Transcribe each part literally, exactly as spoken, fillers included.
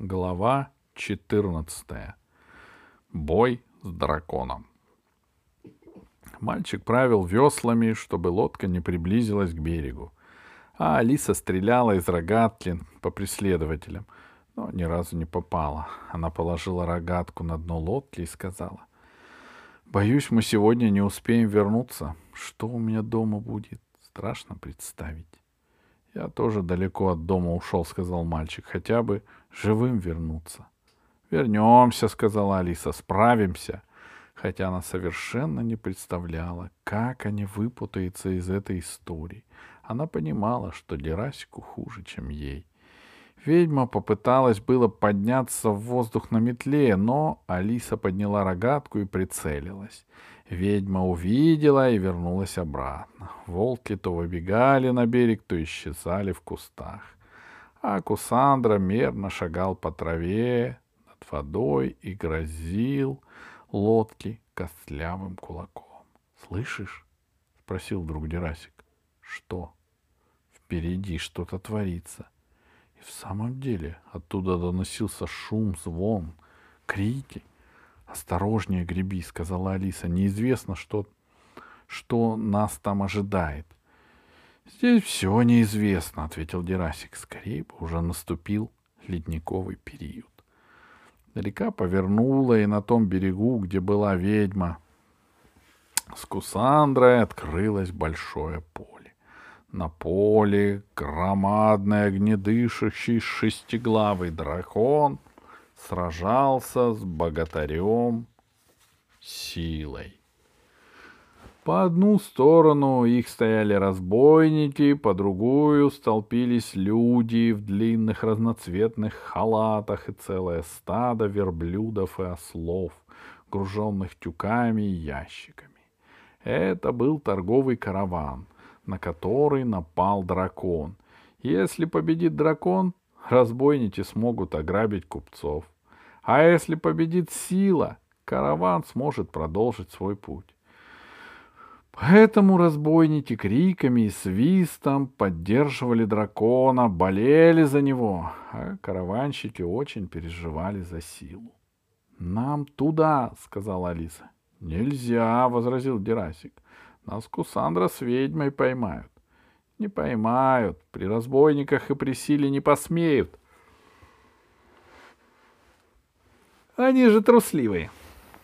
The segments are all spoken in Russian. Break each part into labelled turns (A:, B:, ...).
A: Глава четырнадцатая. Бой с драконом. Мальчик правил веслами, чтобы лодка не приблизилась к берегу, а Алиса стреляла из рогатки по преследователям, но ни разу не попала. Она положила рогатку на дно лодки и сказала: «Боюсь, мы сегодня не успеем вернуться. Что у меня дома будет? Страшно представить». «Я тоже далеко от дома ушел», — сказал мальчик. «Хотя бы живым вернуться». «Вернемся», — сказала Алиса, — «справимся». Хотя она совершенно не представляла, как они выпутаются из этой истории. Она понимала, что Герасику хуже, чем ей. Ведьма попыталась было подняться в воздух на метле, но Алиса подняла рогатку и прицелилась. Ведьма увидела и вернулась обратно. Волки то выбегали на берег, то исчезали в кустах. А Кусандра мерно шагал по траве над водой и грозил лодке костлявым кулаком. «Слышишь?» — спросил вдруг Герасик. «Что?» «Впереди что-то творится». И в самом деле оттуда доносился шум, звон, крики. «Осторожнее греби», — сказала Алиса. «Неизвестно, что, что нас там ожидает». «Здесь все неизвестно», — ответил Герасик. «Скорее бы уже наступил ледниковый период». Река повернула, и на том берегу, где была ведьма с Кусандрой, открылось большое поле. На поле громадный огнедышащий шестиглавый дракон сражался с богатырем Силой. По одну сторону их стояли разбойники, по другую столпились люди в длинных разноцветных халатах и целое стадо верблюдов и ослов, груженных тюками и ящиками. Это был торговый караван, на который напал дракон. Если победит дракон, разбойники смогут ограбить купцов. А если победит Сила, караван сможет продолжить свой путь. Поэтому разбойники криками и свистом поддерживали дракона, болели за него, а караванщики очень переживали за Силу. «Нам туда», — сказала Алиса. «Нельзя», — возразил Герасик. «Нас Кусандра с ведьмой поймают». «Не поймают, при разбойниках и при Силе не посмеют. Они же трусливые».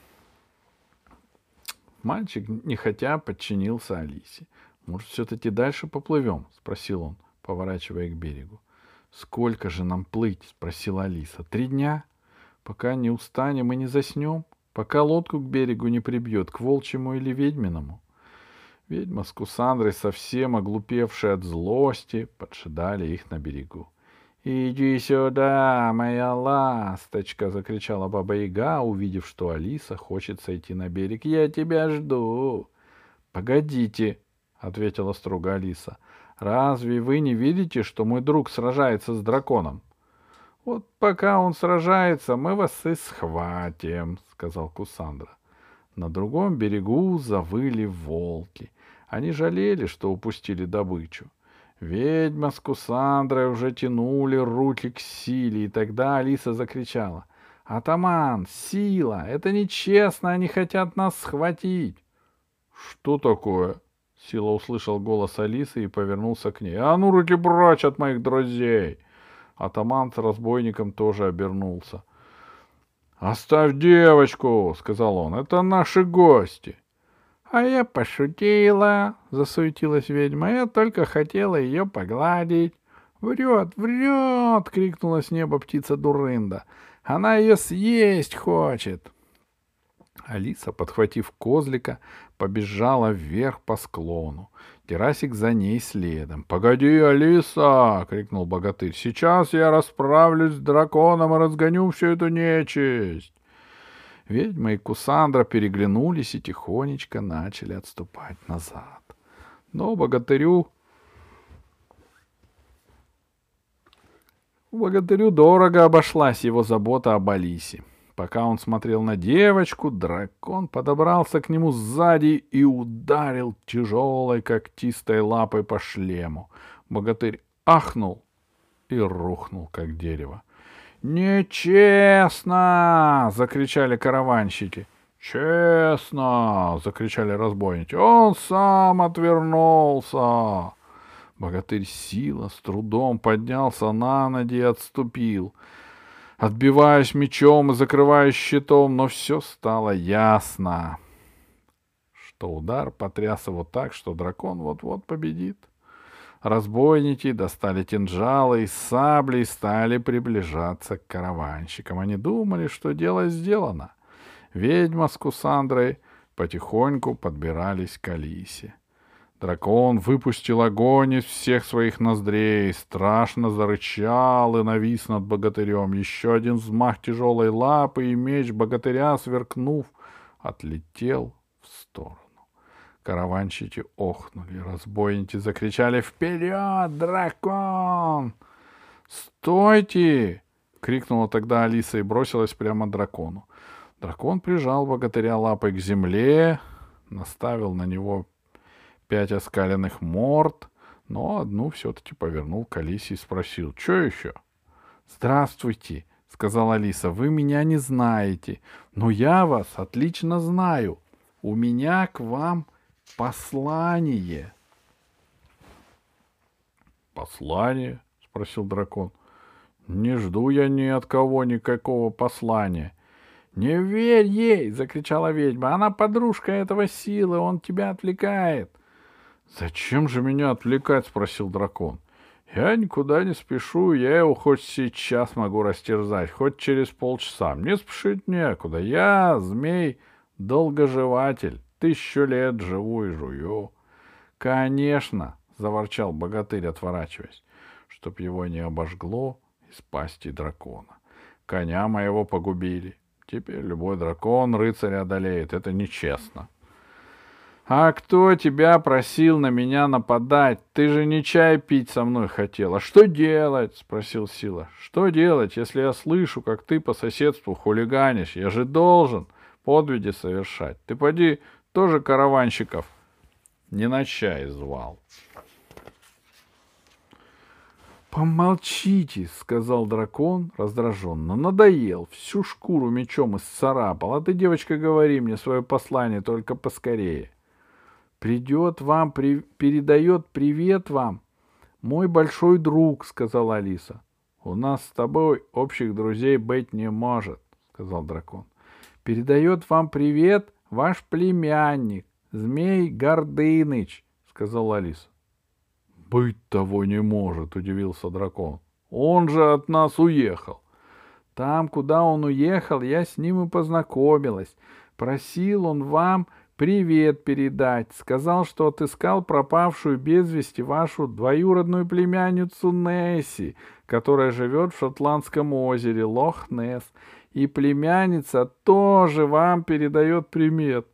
A: Мальчик, нехотя, подчинился Алисе. «Может, все-таки дальше поплывем?» — спросил он, поворачивая к берегу. «Сколько же нам плыть?» — спросила Алиса. «Три дня? Пока не устанем и не заснем? Пока лодку к берегу не прибьет, к волчьему или ведьминому?» Ведьма с Кусандрой, совсем оглупевшие от злости, поджидали их на берегу. «Иди сюда, моя ласточка!» — закричала Баба-Яга, увидев, что Алиса хочет сойти на берег. «Я тебя жду!» «Погодите!» — ответила строго Алиса. «Разве вы не видите, что мой друг сражается с драконом?» «Вот пока он сражается, мы вас и схватим!» — сказал Кусандра. На другом берегу завыли волки. Они жалели, что упустили добычу. Ведьма с Кусандрой уже тянули руки к Силе, и тогда Алиса закричала: «Атаман, Сила, это нечестно, они хотят нас схватить!» «Что такое?» — Сила услышал голос Алисы и повернулся к ней. «А ну, руки прочь от моих друзей!» Атаман с разбойником тоже обернулся. «Оставь девочку!» — сказал он. «Это наши гости!» «А я пошутила», — засуетилась ведьма. «Я только хотела ее погладить». «Врет, врет!» — крикнула с неба птица Дурында. «Она ее съесть хочет!» Алиса, подхватив козлика, побежала вверх по склону. Герасик за ней следом. «Погоди, Алиса!» — крикнул богатырь. «Сейчас я расправлюсь с драконом и разгоню всю эту нечисть!» Ведьма и Кусандра переглянулись и тихонечко начали отступать назад. Но богатырю... Богатырю дорого обошлась его забота об Алисе. Пока он смотрел на девочку, дракон подобрался к нему сзади и ударил тяжелой когтистой лапой по шлему. Богатырь ахнул и рухнул, как дерево. «Нечестно!» — закричали караванщики. «Честно!» — закричали разбойники. «Он сам отвернулся!» Богатырь Сила с трудом поднялся на ноги и отступил, отбиваясь мечом и закрываясь щитом, но все стало ясно, что удар потряс его так, что дракон вот-вот победит. Разбойники достали кинжалы и сабли и стали приближаться к караванщикам. Они думали, что дело сделано. Ведьма с Кусандрой потихоньку подбирались к Алисе. Дракон выпустил огонь из всех своих ноздрей, страшно зарычал и навис над богатырем. Еще один взмах тяжелой лапы, и меч богатыря, сверкнув, отлетел в сторону. Караванщики охнули, разбойники закричали: «Вперед, дракон!» «Стойте!» — крикнула тогда Алиса и бросилась прямо к дракону. Дракон прижал богатыря лапой к земле, наставил на него пять оскаленных морд, но одну все-таки повернул к Алисе и спросил: «Че еще?» «Здравствуйте», — сказала Алиса, — «вы меня не знаете, но я вас отлично знаю. У меня к вам послание». «Послание?» — спросил дракон. «Не жду я ни от кого никакого послания». «Не верь ей!» — закричала ведьма. «Она подружка этого Силы, он тебя отвлекает». «Зачем же меня отвлекать?» — спросил дракон. «Я никуда не спешу, я его хоть сейчас могу растерзать, хоть через полчаса. Мне спешить некуда. Я, змей, долгоживатель, тысячу лет живу и жую». «Конечно!» — заворчал богатырь, отворачиваясь, чтоб его не обожгло из пасти дракона. «Коня моего погубили. Теперь любой дракон рыцаря одолеет. Это нечестно». «А кто тебя просил на меня нападать? Ты же не чай пить со мной хотела. Что делать?» — спросил Сила. «Что делать, если я слышу, как ты по соседству хулиганишь? Я же должен подвиги совершать. Ты поди тоже караванщиков не на чай звал». «Помолчите», — сказал дракон раздраженно. «Надоел, всю шкуру мечом исцарапал. А ты, девочка, говори мне свое послание, только поскорее». «Придет вам, при... передает привет вам мой большой друг», — сказала Алиса. «У нас с тобой общих друзей быть не может», — сказал дракон. «Передает вам привет ваш племянник, Змей Гордыныч», — сказала Алиса. «Быть того не может», — удивился дракон. «Он же от нас уехал». «Там, куда он уехал, я с ним и познакомилась. Просил он вам привет передать. Сказал, что отыскал пропавшую без вести вашу двоюродную племянницу Несси, которая живет в Шотландском озере Лох-Несс. И племянница тоже вам передает привет».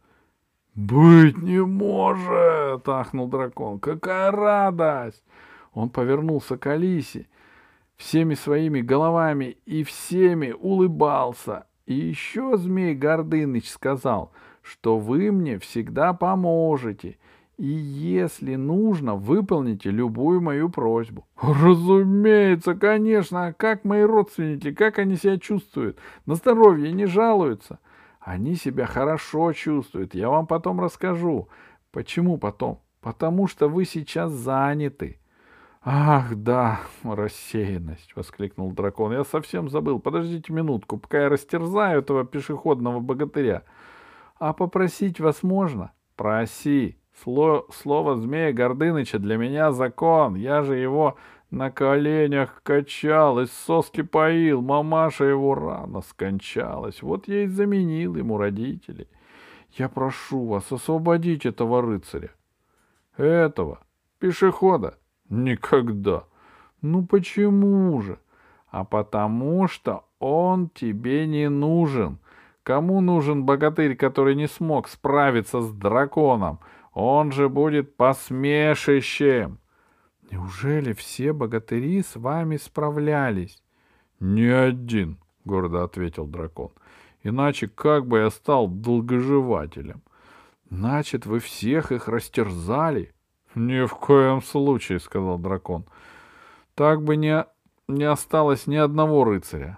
A: «Быть не может!» — ахнул дракон. «Какая радость!» Он повернулся к Алисе всеми своими головами и всеми улыбался. «И еще Змей Гордыныч сказал, что вы мне всегда поможете, и если нужно, выполните любую мою просьбу». «Разумеется, конечно! А как мои родственники, как они себя чувствуют? На здоровье не жалуются?» «Они себя хорошо чувствуют. Я вам потом расскажу». «Почему потом?» «Потому что вы сейчас заняты». «Ах, да, рассеянность!» — воскликнул дракон. «Я совсем забыл. Подождите минутку, пока я растерзаю этого пешеходного богатыря». «А попросить вас можно?» «Проси. Сло... Слово Змея Гордыныча для меня закон. Я же его на коленях качал, из соски поил. Мамаша его рано скончалась. Вот я и заменил ему родителей. Я прошу вас освободить этого рыцаря». «Этого? Пешехода?» «Никогда». «Ну почему же?» «А потому что он тебе не нужен. Кому нужен богатырь, который не смог справиться с драконом? Он же будет посмешищем». «Неужели все богатыри с вами справлялись?» «Ни один», — гордо ответил дракон. «Иначе как бы я стал долгоживателем?» «Значит, вы всех их растерзали?» «Ни в коем случае», — сказал дракон. «Так бы не, не осталось ни одного рыцаря.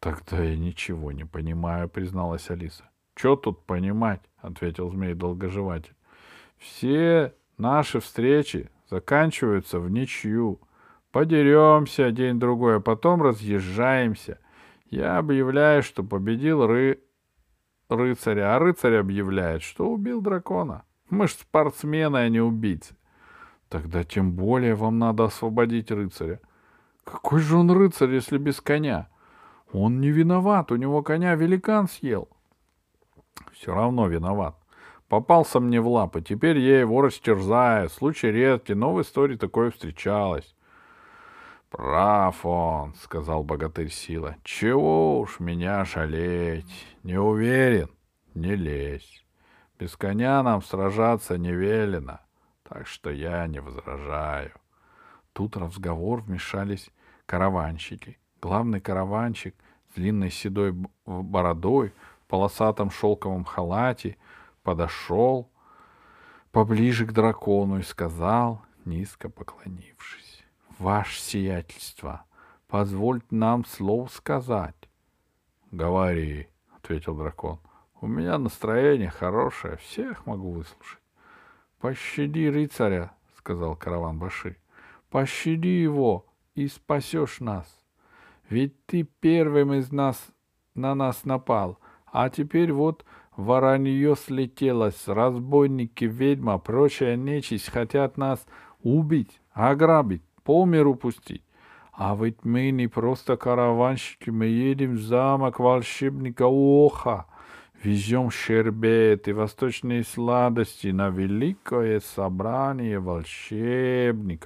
A: Тогда я ничего не понимаю, призналась Алиса. Че тут понимать, ответил змей-долгоживатель. Все наши встречи заканчиваются в ничью. Подеремся день-другой, а потом разъезжаемся. Я объявляю, что победил ры... рыцаря, а рыцарь объявляет, что убил дракона. Мы ж спортсмены, а не убийцы. Тогда тем более вам надо освободить рыцаря. Какой же он рыцарь, если без коня? Он не виноват, у него коня великан съел. Все равно виноват. Попался мне в лапы, теперь я его растерзаю. Случай редкий, но в истории такое встречалось. Прав он, сказал богатырь Сила. Чего уж меня жалеть? Не уверен, не лезь. Без коня нам сражаться не велено, так что я не возражаю. Тут в разговор вмешались караванщики. Главный караванщик с длинной седой бородой, в полосатом шелковом халате, подошел поближе к дракону и сказал, низко поклонившись: «Ваше сиятельство, позвольте нам слов сказать». «Говори», — ответил дракон. «У меня настроение хорошее, всех могу выслушать». «Пощади рыцаря», — сказал караван-баши. «Пощади его, и спасешь нас. Ведь ты первым из нас на нас напал, а теперь вот воронье слетелось, разбойники, ведьма, прочая нечисть хотят нас убить, ограбить, по миру пустить. А ведь мы не просто караванщики, мы едем в замок волшебника Оха, везем щербет и восточные сладости на великое собрание волшебников».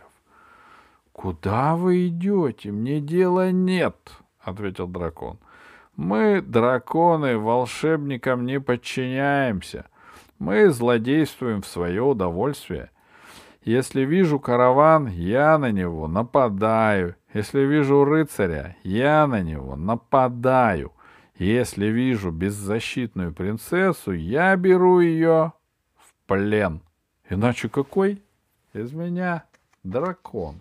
A: «Куда вы идете? Мне дела нет», — ответил дракон. «Мы, драконы, волшебникам не подчиняемся. Мы злодействуем в свое удовольствие. Если вижу караван, я на него нападаю. Если вижу рыцаря, я на него нападаю. Если вижу беззащитную принцессу, я беру ее в плен. Иначе какой из меня дракон?»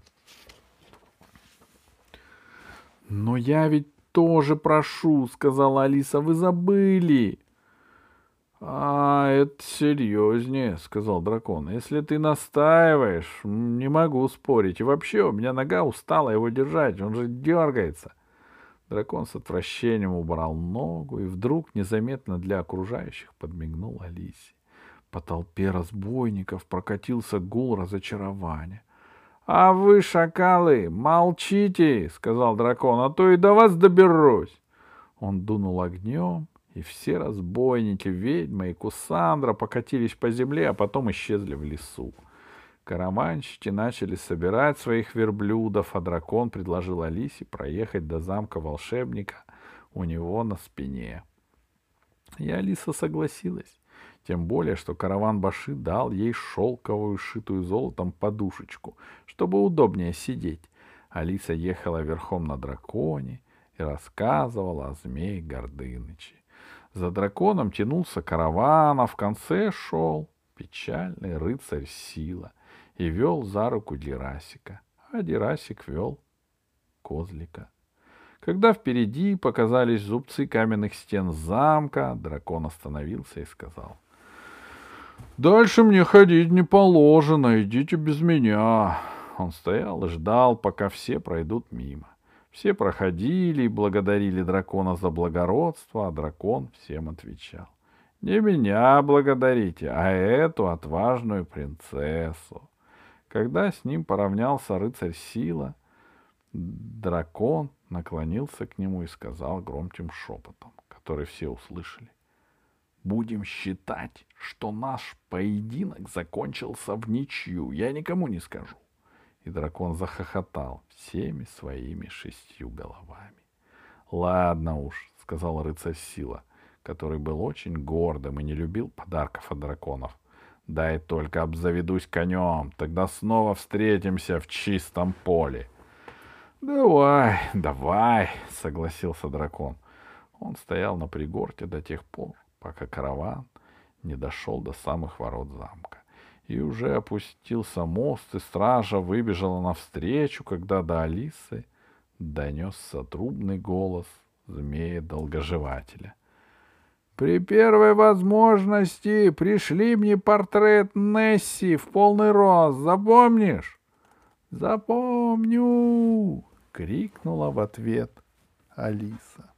A: «Но я ведь тоже прошу», — сказала Алиса, — «вы забыли». «А, это серьезнее», — сказал дракон. «Если ты настаиваешь, не могу спорить. И вообще, у меня нога устала его держать, он же дергается». Дракон с отвращением убрал ногу и вдруг незаметно для окружающих подмигнул Алисе. По толпе разбойников прокатился гул разочарования. «А вы, шакалы, молчите», — сказал дракон, — «а то и до вас доберусь». Он дунул огнем, и все разбойники, ведьма и Кусандра покатились по земле, а потом исчезли в лесу. Караванщики начали собирать своих верблюдов, а дракон предложил Алисе проехать до замка волшебника у него на спине. И Алиса согласилась. Тем более, что караван-баши дал ей шелковую, шитую золотом подушечку, чтобы удобнее сидеть. Алиса ехала верхом на драконе и рассказывала о змее Гордыныче. За драконом тянулся караван, а в конце шел печальный рыцарь Сила и вел за руку Дерасика, а Дерасик вел Козлика. Когда впереди показались зубцы каменных стен замка, дракон остановился и сказал: «Дальше мне ходить не положено, идите без меня». Он стоял и ждал, пока все пройдут мимо. Все проходили и благодарили дракона за благородство, а дракон всем отвечал: «Не меня благодарите, а эту отважную принцессу». Когда с ним поравнялся рыцарь Сила, дракон наклонился к нему и сказал громким шепотом, который все услышали: «Будем считать, что наш поединок закончился в ничью. Я никому не скажу». И дракон захохотал всеми своими шестью головами. «Ладно уж», — сказал рыцарь Сила, который был очень гордым и не любил подарков от драконов. «Дай только обзаведусь конем, тогда снова встретимся в чистом поле». «Давай, давай», — согласился дракон. Он стоял на пригорке до тех пор, пока караван не дошел до самых ворот замка. И уже опустился мост, и стража выбежала навстречу, когда до Алисы донесся трубный голос змея-долгоживателя. «При первой возможности пришли мне портрет Несси в полный рост, запомнишь?» «Запомню!» — крикнула в ответ Алиса.